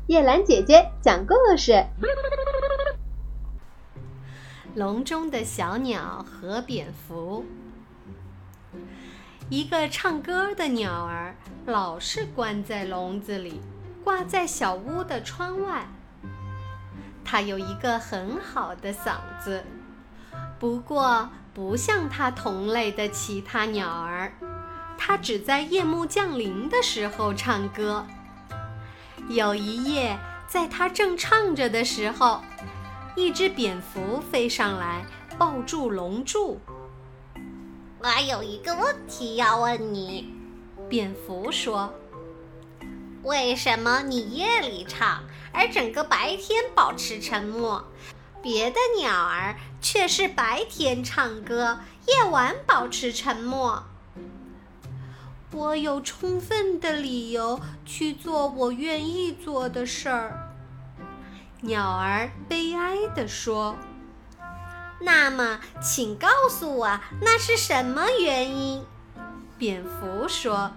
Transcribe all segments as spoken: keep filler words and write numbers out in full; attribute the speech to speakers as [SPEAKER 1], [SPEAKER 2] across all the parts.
[SPEAKER 1] 叶兰姐姐讲故事。
[SPEAKER 2] 笼中的小鸟和蝙蝠。一个唱歌的鸟儿老是关在笼子里，挂在小屋的窗外。它有一个很好的嗓子，不过不像它同类的其他鸟儿，它只在夜幕降临的时候唱歌。有一夜，在它正唱着的时候，一只蝙蝠飞上来，抱住笼柱。
[SPEAKER 3] 我有一个问题要问你，
[SPEAKER 2] 蝙蝠说，
[SPEAKER 3] 为什么你夜里唱，而整个白天保持沉默？别的鸟儿却是白天唱歌，夜晚保持沉默。
[SPEAKER 2] 我有充分的理由去做我愿意做的事儿。鸟儿悲哀地说，
[SPEAKER 3] 那么请告诉我，那是什么原因？
[SPEAKER 2] 蝙蝠说，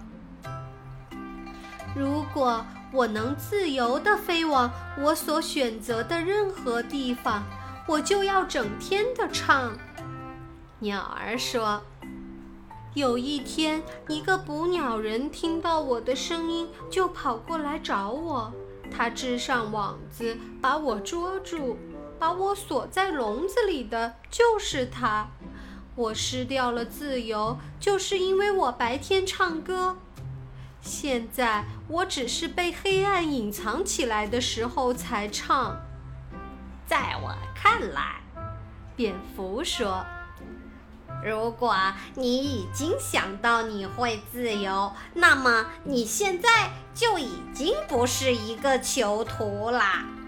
[SPEAKER 2] 如果我能自由地飞往我所选择的任何地方，我就要整天地唱。鸟儿说，有一天，一个捕鸟人听到我的声音，就跑过来找我。他织上网子，把我捉住，把我锁在笼子里的就是他。我失掉了自由，就是因为我白天唱歌。现在我只是被黑暗隐藏起来的时候才唱。
[SPEAKER 3] 在我看来，
[SPEAKER 2] 蝙蝠说，
[SPEAKER 3] 如果你已经想到你会自由，那么你现在就已经不是一个囚徒啦。